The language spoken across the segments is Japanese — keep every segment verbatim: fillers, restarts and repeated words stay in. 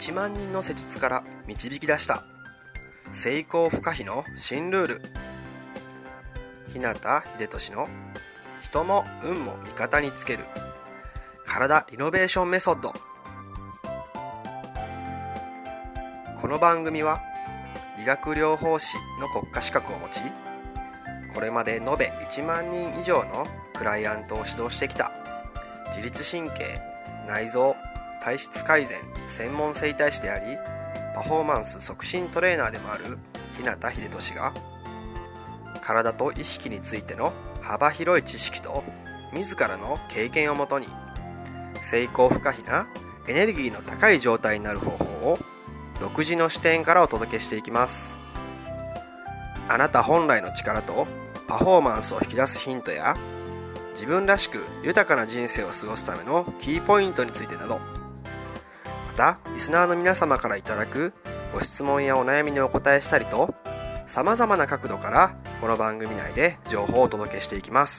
ちまん人の施術から導き出した成功不可避の新ルール。日向秀俊の人も運も味方につける体リノベーションメソッド。この番組は理学療法士の国家資格を持ち、これまで延べいちまん人以上のクライアントを指導してきた自律神経、内臓、体質改善専門整体師であり、パフォーマンス促進トレーナーでもある日向秀俊が、体と意識についての幅広い知識と自らの経験をもとに、成功不可避なエネルギーの高い状態になる方法を独自の視点からお届けしていきます。あなた本来の力とパフォーマンスを引き出すヒントや、自分らしく豊かな人生を過ごすためのキーポイントについてなど、またリスナーの皆様からいただくご質問やお悩みにお答えしたりと、さまざまな角度からこの番組内で情報をお届けしていきます。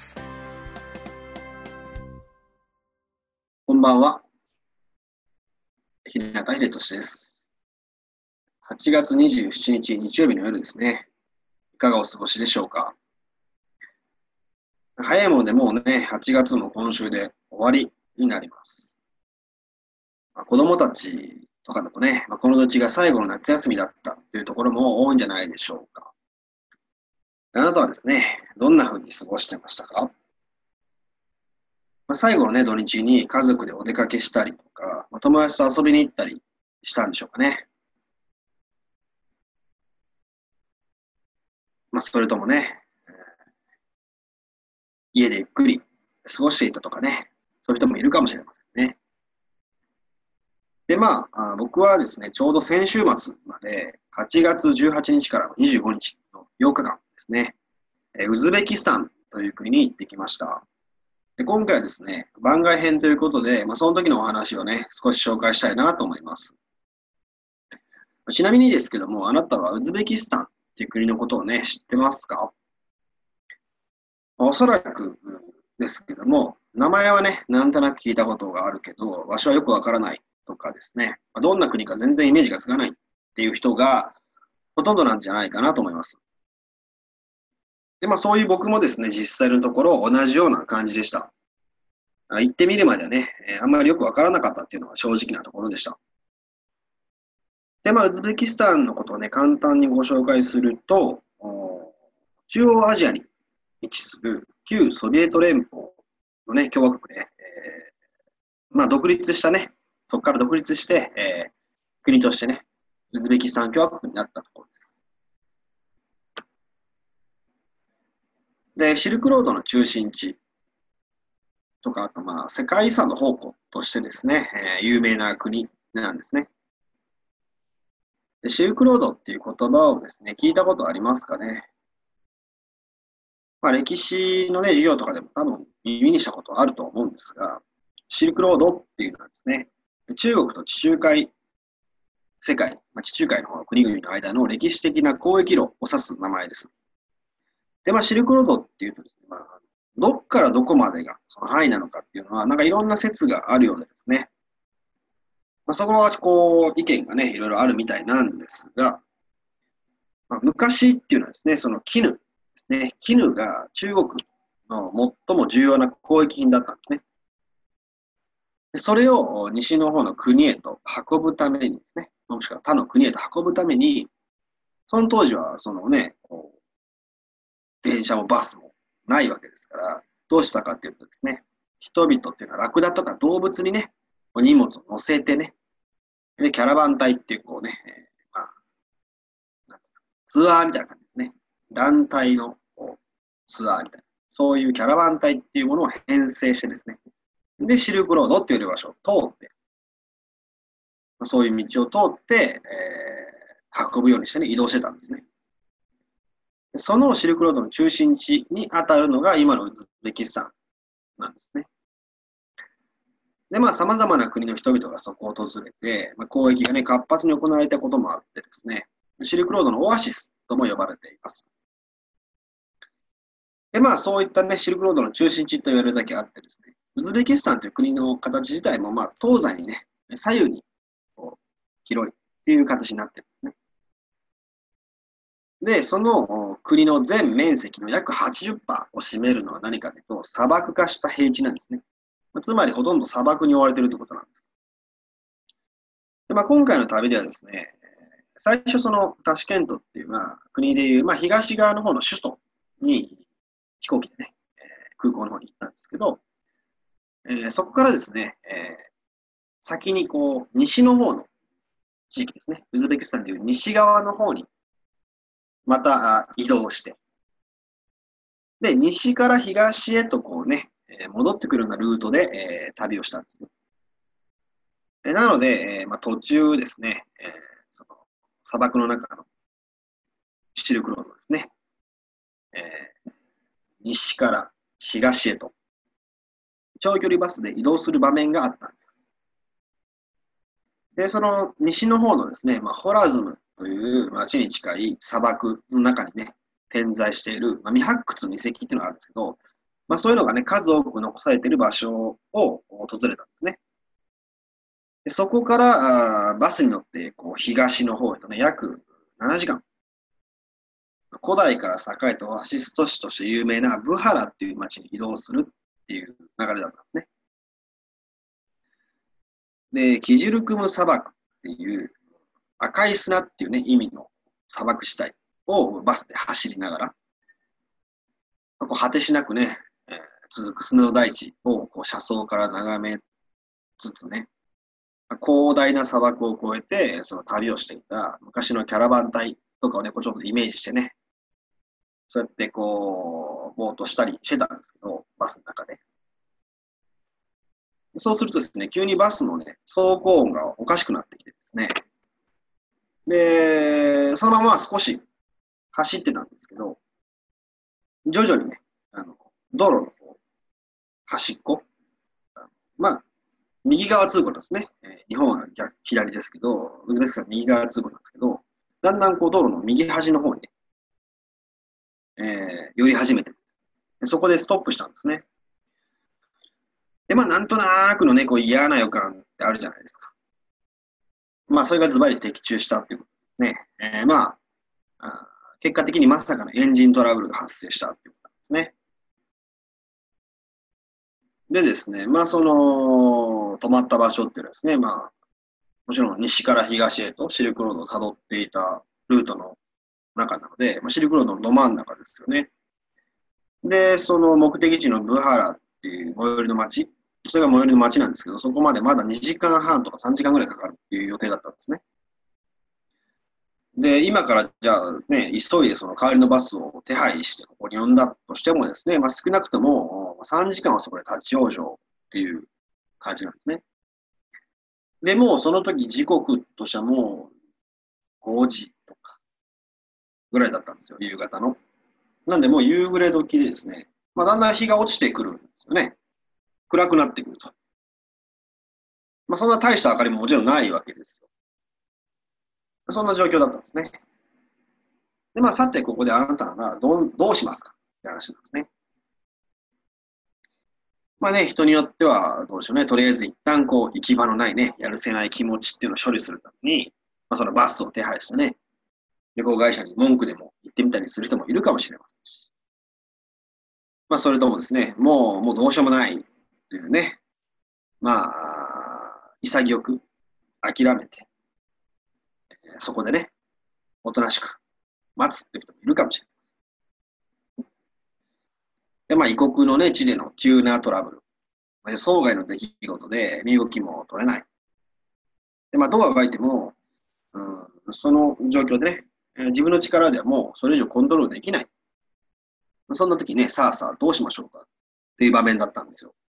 こんばんは、日向秀俊です。はちがつにじゅうしちにち日曜日の夜ですね。いかがお過ごしでしょうか。早いものでもうね、はちがつも今週で終わりになります。まあ、子供たちとかだとね、まあ、この土地が最後の夏休みだったというところも多いんじゃないでしょうか。あなたはですね、どんな風に過ごしてましたか？まあ、最後のね、土日に家族でお出かけしたりとか、まあ、友達と遊びに行ったりしたんでしょうかね。まあ、それともね、家でゆっくり過ごしていたとかね、そういう人もいるかもしれませんね。で、まあ、あ僕はですね、ちょうど先週末まで、はちがつじゅうはちにちからにじゅうごにちのようかかんですね、ウズベキスタンという国に行ってきました。で、今回はですね、番外編ということで、まあ、その時のお話をね、少し紹介したいなと思います。ちなみにですけども、あなたはウズベキスタンっていう国のことをね、知ってますか？おそらくですけども、名前はね、なんとなく聞いたことがあるけど、場所はよくわからないとかですね、どんな国か全然イメージがつかないっていう人がほとんどなんじゃないかなと思います。で、まあそういう僕もですね、実際のところ同じような感じでした。行ってみるまではね、あんまりよくわからなかったっていうのが正直なところでした。で、まあウズベキスタンのことをね、簡単にご紹介すると、中央アジアに位置する旧ソビエト連邦のね、共和国で、えー、まあ独立したね、そこから独立して、えー、国としてね、ウズベキスタン共和国になったところです。で、シルクロードの中心地とか、あとまあ世界遺産の宝庫としてですね、えー、有名な国なんですね。で、シルクロードっていう言葉をですね、聞いたことありますかね。まあ、歴史のね、授業とかでも多分耳にしたことあると思うんですが、シルクロードっていうのはですね、中国と地中海世界、まあ、地中海の方の国々の間の歴史的な交易路を指す名前です。で、まあ、シルクロードっていうとですね、まあ、どっからどこまでがその範囲なのかっていうのは、なんかいろんな説があるようでですね、まあ、そこはこう意見がね、いろいろあるみたいなんですが、まあ、昔っていうのはですね、その絹ですね、絹が中国の最も重要な交易品だったんですね。それを西の方の国へと運ぶためにですね、もしくは他の国へと運ぶために、その当時はそのね、こう電車もバスもないわけですから、どうしたかっていうとですね、人々っていうのはラクダとか動物にね、荷物を乗せてね、で、キャラバン隊っていうこうね、えーまあ、ツアーみたいな感じですね。団体のツアーみたいな。そういうキャラバン隊っていうものを編成してですね。で、シルクロードっていう場所を通って、そういう道を通って、えー、運ぶようにしてね、移動してたんですね。そのシルクロードの中心地に当たるのが今のウズベキスタンなんですね。で、まあ、様々な国の人々がそこを訪れて、まあ、交易がね、活発に行われたこともあってですね、シルクロードのオアシスとも呼ばれています。で、まあ、そういったね、シルクロードの中心地と言われるだけあってですね、ウズベキスタンという国の形自体も、まあ、東西にね、左右にこう広いっていう形になってるんですね。で、その国の全面積の約 はちじゅっパーセント を占めるのは何かというと、砂漠化した平地なんですね。つまりほとんど砂漠に覆われているということなんです。で、まあ、今回の旅ではですね、最初そのタシケントっていう、まあ、国でいう、まあ、東側の方の首都に飛行機でね、空港の方に行ったんですけど、えー、そこからですね、えー、先にこう、西の方の地域ですね、ウズベキスタンでいう西側の方にまた移動して、で、西から東へとこうね、戻ってくるようなルートで、えー、旅をしたんですね。なので、えーまあ、途中ですね、えー、その砂漠の中のシルクロードですね、えー、西から東へと長距離バスで移動する場面があったんです。で、その西の方のですね、まあ、ホラズムという町に近い砂漠の中にね、点在している、まあ、未発掘の遺跡っていうのがあるんですけど、まあ、そういうのがね、数多く残されている場所を訪れたんですね。でそこからあバスに乗ってこう東の方へとね、約ななじかん。古代から栄えたオアシス都市として有名なブハラっていう町に移動するっていう流れだったんですね。で、キジュルクム砂漠っていう赤い砂っていうね、意味の砂漠地帯をバスで走りながら、こう果てしなくね、えー、続く砂の大地をこう車窓から眺めつつね、広大な砂漠を越えて、その旅をしていた昔のキャラバン隊とかをね、こうちょっとイメージしてね、そうやってこう、ぼーっとしたりしてたんですけど、バスの中で。そうするとですね、急にバスのね、走行音がおかしくなってきてですね、で、そのまま少し走ってたんですけど、徐々にね、あの道路の端っこ、まあ、右側通行ですね。日本は逆左ですけど、ウズベキスタンは右側通行なんですけど、だんだんこう道路の右端の方にね、えー、寄り始めて、そこでストップしたんですね。で、まあ、なんとなくのね、こう嫌な予感ってあるじゃないですか。まあ、それがズバリ的中したっていうことですね。えー、まあ、結果的にまさかのエンジントラブルが発生したっていうことなんですね。でですね、まあ、その、止まった場所っていうのはですね、まあ、もちろん西から東へとシルクロードをたどっていたルートの中なので、まあ、シルクロードのど真ん中ですよね。で、その目的地のブハラっていう最寄りの町、それが最寄りの町なんですけど、そこまでまだにじかんはんとかさんじかんぐらいかかるっていう予定だったんですね。で、今からじゃあね、急いでその代わりのバスを手配してここに呼んだとしてもですね、まあ、少なくともさんじかんはそこで立ち往生っていう感じなんですね。でも、その時時刻としてはもうごじとかぐらいだったんですよ、夕方の。なんでもう夕暮れ時でですね、まあ、だんだん日が落ちてくるんですよね。暗くなってくると。まあ、そんな大した明かりももちろんないわけですよ。そんな状況だったんですね。で、まあ、さて、ここであなたならどうどうしますかって話なんですね。まあね、人によっては、どうでしょうね、とりあえず一旦こう、行き場のないね、やるせない気持ちっていうのを処理するために、まあ、そのバスを手配してね、旅行会社に文句でも行ってみたりする人もいるかもしれませんし、まあ、それともですね、もう、もうどうしようもないというね、まあ、潔く諦めて、そこでね、おとなしく待つっていう人もいるかもしれない。で、まあ、異国のね、地での急なトラブル、予想外の出来事で身動きも取れない。で、まあ、どうあがいても、うん、その状況でね、自分の力ではもうそれ以上コントロールできない。そんな時ね、さあさあどうしましょうかっていう場面だったんですよ。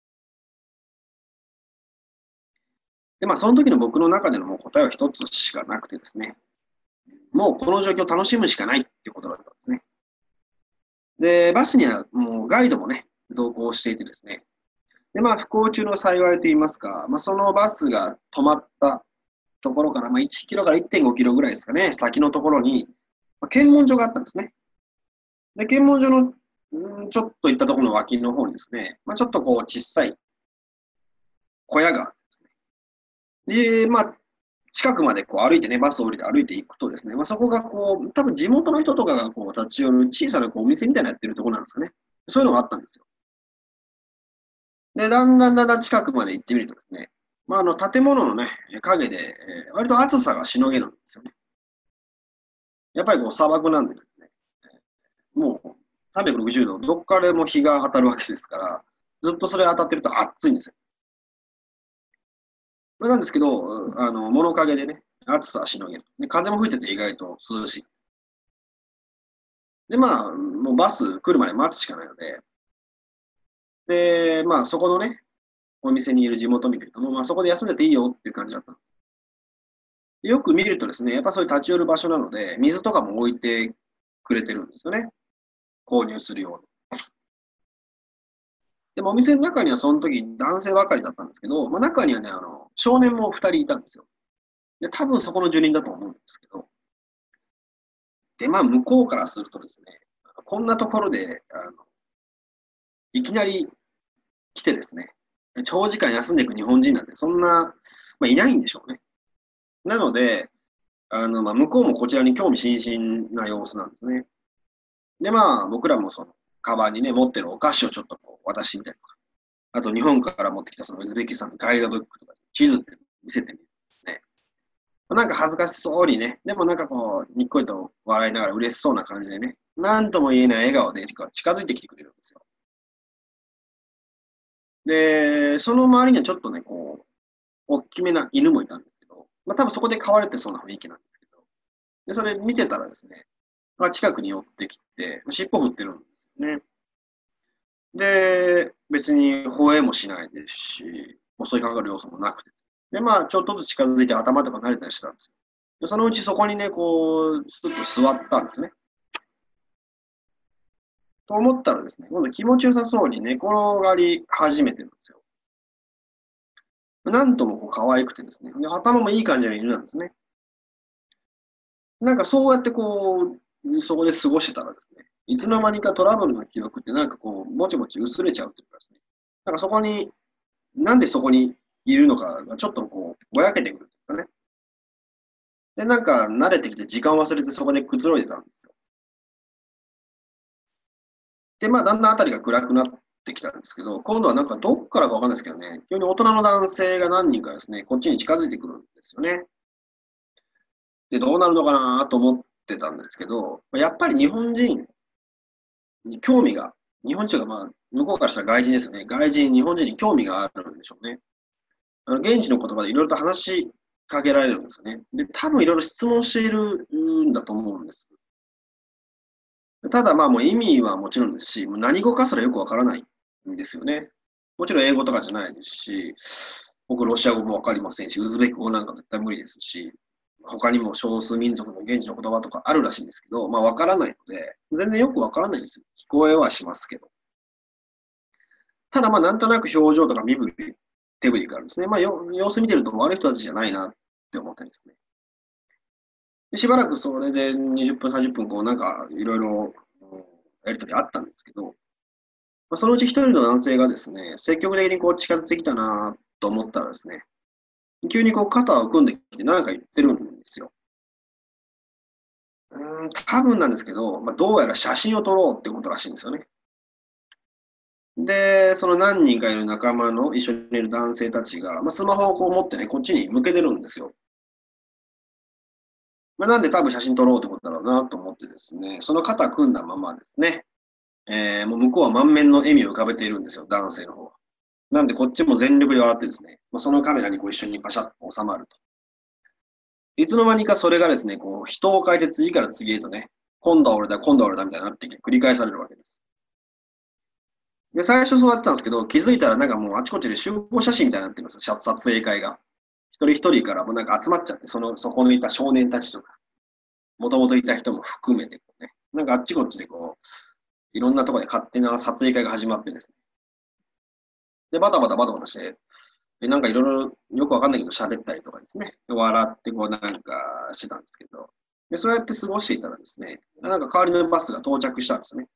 で、まあ、その時の僕の中でのもう答えは一つしかなくてですね、もうこの状況を楽しむしかないっていうことだったんですね。で、バスにはもうガイドもね、同行していてですね、で、まあ、不幸中の幸いといいますか、まあ、そのバスが止まったところから、まあ、いちキロからいってんごキロぐらいですかね、先のところに、まあ、検問所があったんですね。で、検問所のんちょっと行ったところの脇の方にですね、まあ、ちょっとこう小さい小屋があってですね。で、まあ、 近くまでこう歩いてね、バスを降りて歩いていくとですね、まあ、そこがこう、多分地元の人とかがこう立ち寄る小さなこうお店みたいなのやってるところなんですかね。そういうのがあったんですよ。で、だんだんだんだん近くまで行ってみるとですね、まあ、あの建物のね、影で、えー割と暑さがしのげるんですよね。やっぱりこう砂漠なんでですね、もうさんびゃくろくじゅうど、どっからでも日が当たるわけですから、ずっとそれ当たってると暑いんですよ。まあなんですけど、あの物陰でね、暑さはしのげる。で、風も吹いてて意外と涼しい。で、まあ、もうバス来るまで待つしかないので、で、まあ、そこのね、お店にいる地元民というと、まあ、そこで休んでていいよっていう感じだったんです。でよく見るとですね、やっぱそういう立ち寄る場所なので、水とかも置いてくれてるんですよね。購入するように。でもお店の中にはその時男性ばかりだったんですけど、まあ、中にはね、あの少年もふたりいたんですよ。で、多分そこの住人だと思うんですけど、で、まあ、向こうからするとですね、こんなところで、あのいきなり来てですね、長時間休んでいく日本人なんてそんな、まあ、いないんでしょうね。なので、あのまあ、向こうもこちらに興味津々な様子なんですね。で、まあ、僕らもその、カバンにね、持ってるお菓子をちょっとこう渡してみたりとか、あと日本から持ってきたそのウズベキスタンのガイドブックとか、地図って見せてみるんですね。なんか恥ずかしそうにね、でもなんかこう、にっこりと笑いながら嬉しそうな感じでね、なんとも言えない笑顔で近づいてきてくれるんですよ。で、その周りにはちょっとね、こう、大きめな犬もいたんですけど、まあ多分そこで飼われてそうな雰囲気なんですけど、で、それ見てたらですね、まあ、近くに寄ってきて、尻尾振ってるんですよね。で、別に吠えもしないですし、襲いかかる要素もなくてですね。で、まあ、ちょっとずつ近づいて頭とか慣れたりしたんですよ。で、そのうちそこにね、こう、スッと座ったんですね。と思ったらですね、今度気持ちよさそうに寝転がり始めてるんですよ。なんともこう可愛くてですね、で頭もいい感じの犬なんですね。なんかそうやってこう、そこで過ごしてたらですね、いつの間にかトラブルの記録ってなんかこう、ぼちぼち薄れちゃうっていうかですね、なんかそこに、なんでそこにいるのかがちょっとこう、ぼやけてくるんですかね。で、なんか慣れてきて時間忘れてそこでくつろいでたんですよ。で、まあだんだんあたりが暗くなってきたんですけど、今度はなんかどっからかわかんないですけどね、急に大人の男性が何人かですね、こっちに近づいてくるんですよね。で、どうなるのかなと思ってたんですけど、やっぱり日本人に興味が、日本人がまあ、向こうからしたら外人ですよね。外人、日本人に興味があるんでしょうね。あの現地の言葉でいろいろと話しかけられるんですよね。で、多分いろいろ質問しているんだと思うんです。ただまあもう意味はもちろんですし、もう何語かすらよくわからないんですよね。もちろん英語とかじゃないですし、僕ロシア語もわかりませんし、ウズベク語なんか絶対無理ですし、他にも少数民族の現地の言葉とかあるらしいんですけど、まあわからないので、全然よくわからないんですよ。聞こえはしますけど。ただまあなんとなく表情とか身振り、手振りがあるんですね。まあよ様子見てると悪い人たちじゃないなって思ったんですね。でしばらくそれでにじゅっぷん、さんじゅっぷん、こうなんかいろいろやりとりあったんですけど、まあ、そのうち一人の男性がですね、積極的にこう近づいてきたなと思ったらですね、急にこう肩を組んできて何か言ってるんですよ。うーん、多分なんですけど、まあ、どうやら写真を撮ろうってことらしいんですよね。で、その何人かいる仲間の一緒にいる男性たちが、まあ、スマホをこう持ってね、こっちに向けてるんですよ。まあ、なんで多分写真撮ろうってことだろうなと思ってですね、その肩組んだままですね、えー、もう向こうは満面の笑みを浮かべているんですよ、男性の方は。なんでこっちも全力で笑ってですね、まあ、そのカメラにこう一緒にパシャッと収まると。いつの間にかそれがですね、こう人を変えて次から次へとね、今度は俺だ、今度は俺だみたいになってきて繰り返されるわけです。で、最初そうやってたんですけど、気づいたらなんかもうあちこちで集合写真みたいになってるんですよ、撮影会が。一人一人からもなんか集まっちゃって、その、そこにいた少年たちとか、もともといた人も含めてこうね、なんかあっちこっちでこう、いろんなところで勝手な撮影会が始まってですね。で、バタバタバタバタして、でなんかいろいろよくわかんないけど喋ったりとかですね、笑ってこうなんかしてたんですけど、でそうやって過ごしていたらですね、なんか代わりのバスが到着したんですよね。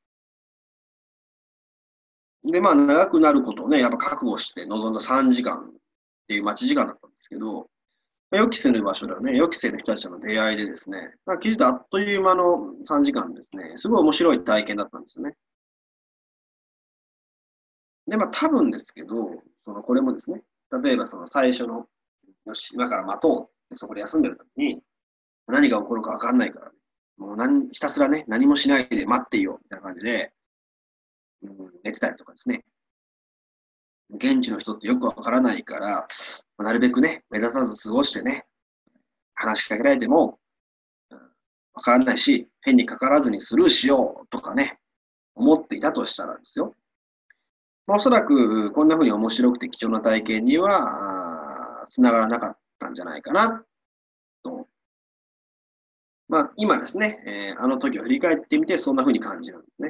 で、まあ長くなることをね、やっぱ覚悟して臨んださんじかんっていう待ち時間だったんですけど、 予期せぬ場所ではね、予期せぬ人たちとの出会いでですね、まあ、気づいたあっという間のさんじかんですね、すごい面白い体験だったんですよね。で、まあ多分ですけど、そのこれもですね、例えばその最初の、よし、今から待とうってそこで休んでる時に、何が起こるか分かんないから、もう何ひたすらね、何もしないで待っていようみたいな感じで、うん、寝てたりとかですね、現地の人ってよくわからないから、なるべくね、目立たず過ごしてね、話しかけられても、わからないし、変にかからずにスルーしようとかね、思っていたとしたらですよ。まあ、おそらく、こんな風に面白くて貴重な体験には、つながらなかったんじゃないかな、と。まあ、今ですね、えーあの時を振り返ってみて、そんな風に感じるんですね。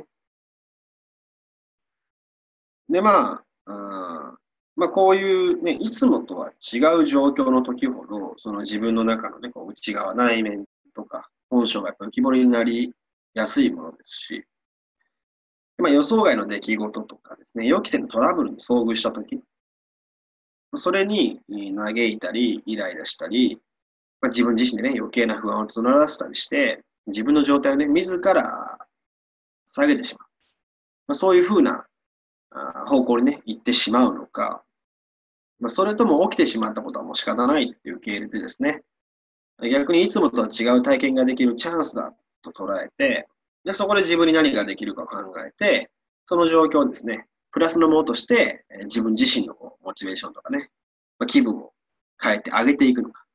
で、まあ、うんまあ、こういうね、いつもとは違う状況の時ほど、その自分の中のね、こう内側、内面とか、本性がやっぱ浮き彫りになりやすいものですし、まあ、予想外の出来事とかですね、予期せぬトラブルに遭遇した時、それに嘆いたり、イライラしたり、まあ、自分自身でね、余計な不安を募らせたりして、自分の状態をね、自ら下げてしまう。まあ、そういうふうなあ方向にね、行ってしまうのか、まあ、それとも起きてしまったことはもう仕方ないっていう受け入れてですね、逆にいつもとは違う体験ができるチャンスだと捉えて、でそこで自分に何ができるかを考えて、その状況をですね、プラスのものとして、えー自分自身のこうモチベーションとかね、まあ、気分を変えて上げていくのか。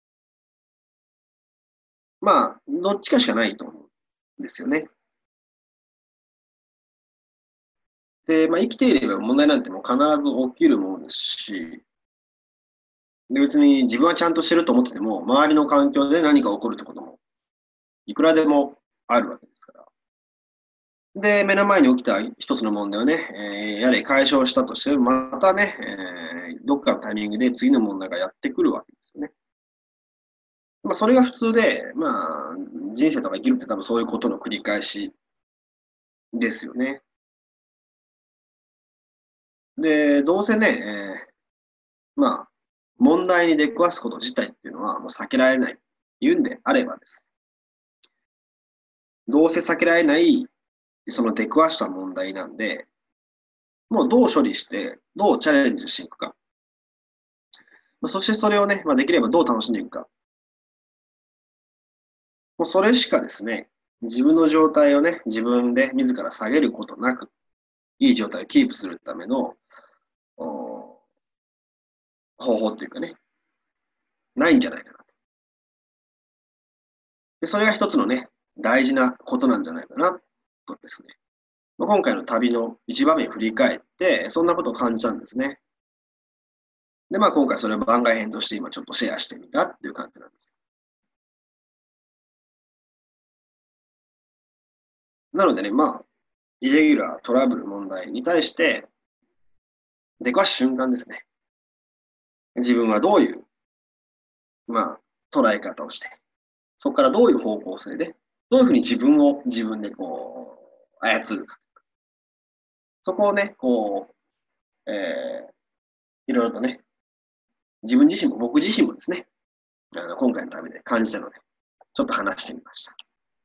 まあ、どっちかしかないと思うんですよね。で、まあ、生きていれば問題なんてもう必ず起きるものですし、で別に自分はちゃんとしてると思ってても、周りの環境で何か起こるってこともいくらでもあるわけですから。で、目の前に起きた一つの問題をね、えーやれ解消したとして、またね、えーどっかのタイミングで次の問題がやってくるわけですよね。まあ、それが普通で、まあ、人生とか生きるって多分そういうことの繰り返しですよね。で、どうせね、えーまあ、問題に出くわすこと自体っていうのはもう避けられないっていうんであればです。どうせ避けられないその出くわした問題なんで、もうどう処理して、どうチャレンジしていくか。まあ、そしてそれをね、まあ、できればどう楽しんでいくか。もうそれしかですね、自分の状態をね、自分で自ら下げることなく、いい状態をキープするためのお方法っていうかね、ないんじゃないかなと。で、それが一つのね、大事なことなんじゃないかなとですね、まあ今回の旅の一場面を振り返って、そんなことを感じたんですね。で、まあ今回それを番外編として今ちょっとシェアしてみたっていう感じなんです。なのでね、まあ、イレギュラー、トラブル、問題に対して、出くわす瞬間ですね。自分はどういう、まあ、捉え方をして、そこからどういう方向性で、どういうふうに自分を自分でこう、操るか。そこをね、こう、えー、いろいろとね、自分自身も、僕自身もですね、あの今回の旅で感じたので、ちょっと話してみました。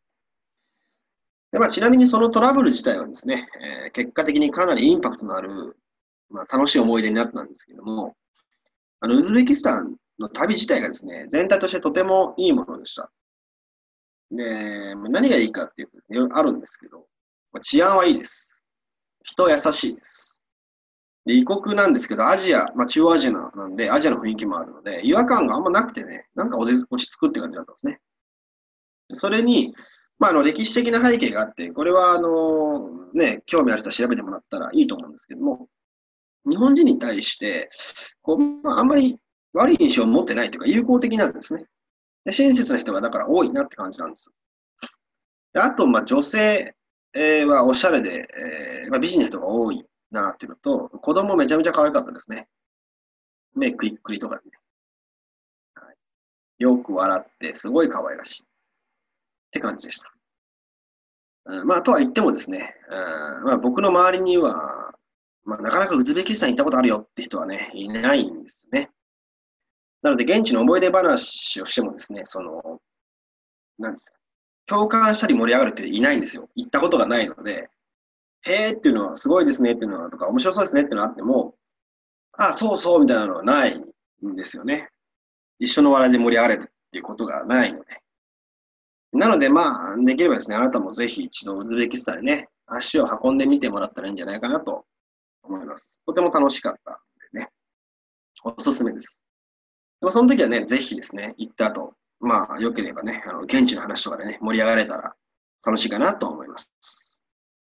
でまあ、ちなみにそのトラブル自体はですね、えー結果的にかなりインパクトのある、まあ、楽しい思い出になったんですけども、あのウズベキスタンの旅自体がですね、全体としてとてもいいものでした。で、何がいいかっていうとですね、いろいろあるんですけど、治安はいいです。人優しいです。で異国なんですけど、アジア、まあ、中央アジアなんで、アジアの雰囲気もあるので、違和感があんまなくてね、なんか落ち着くって感じだったんですね。それに、まあ、あの歴史的な背景があって、これはあの、ね、興味ある人は調べてもらったらいいと思うんですけども、日本人に対してこう、まあ、あんまり悪い印象を持ってないというか、友好的なんですね。で親切な人がだから多いなって感じなんです。であと、まあ、女性はおしゃれで、えーまあ、美人な人が多いなっていうのと、子供めちゃめちゃ可愛かったですね。目クリックリとかでね。はい、よく笑って、すごい可愛らしいって感じでした。うん、まあ、とは言ってもですね、うんまあ、僕の周りには、まあ、なかなかウズベキスタン行ったことあるよって人はね、いないんですね。 なので、現地の思い出話をしてもですね、その、なんですか、共感したり盛り上がるっていないんですよ。行ったことがないので、へーっていうのは、すごいですねっていうのは、とか、面白そうですねっていうのはあっても、ああ、そうそうみたいなのはないんですよね。一緒の笑いで盛り上がれるっていうことがないので。なので、まあ、できればですね、あなたもぜひ一度ウズベキスタンにね、足を運んでみてもらったらいいんじゃないかなと思います。とても楽しかったんでね、おすすめです。でもその時はね、ぜひですね、行った後、まあ、良ければね、あの現地の話とかでね、盛り上がれたら楽しいかなと思います。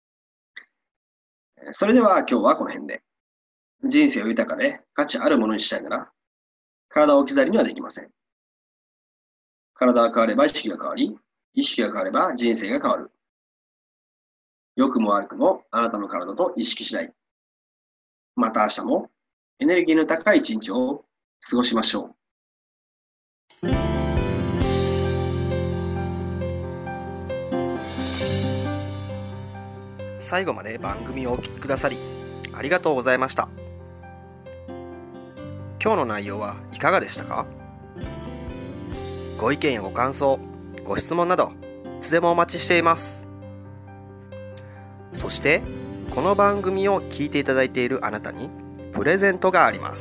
それでは今日はこの辺で。人生を豊かで価値あるものにしたいなら、体を置き去りにはできません。体が変われば意識が変わり、意識が変われば人生が変わる。良くも悪くもあなたの体と意識次第。また明日もエネルギーの高い一日を過ごしましょう。 最後まで番組をお聞きくださりありがとうございました。今日の内容はいかがでしたか？ご意見やご感想、ご質問などいつでもお待ちしています。そしてこの番組を聞いていただいているあなたにプレゼントがあります。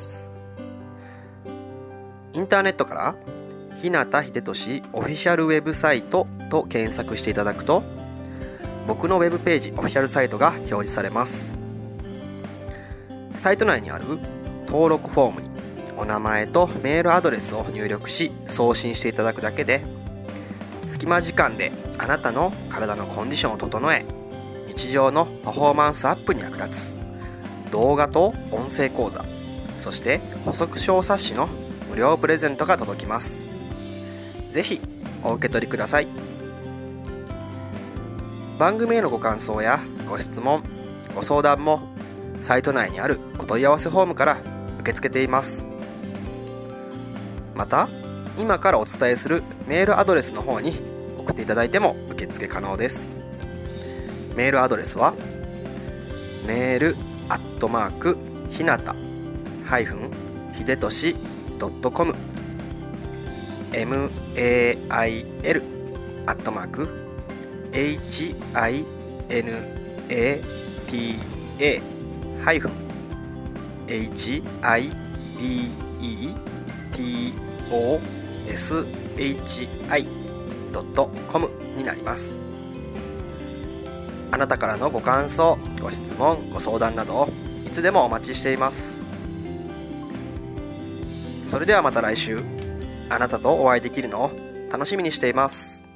インターネットから日向秀俊オフィシャルウェブサイトと検索していただくと、僕のウェブページオフィシャルサイトが表示されます。サイト内にある登録フォームにお名前とメールアドレスを入力し送信していただくだけで、隙間時間であなたの体のコンディションを整え、日常のパフォーマンスアップに役立つ動画と音声講座、そして補足小冊子の無料プレゼントが届きます。ぜひお受け取りください。番組へのご感想やご質問、ご相談もサイト内にあるお問い合わせフォームから受け付けています。また今からお伝えするメールアドレスの方に送っていただいても受付可能です。メールアドレスはメールアットマークひなたハイフンひでとしドットコム メールアットマークh i n a t a ハイフン h i d e t o s h i ドットコム になります。あなたからのご感想、ご質問、ご相談などいつでもお待ちしています。それではまた来週、あなたとお会いできるのを楽しみにしています。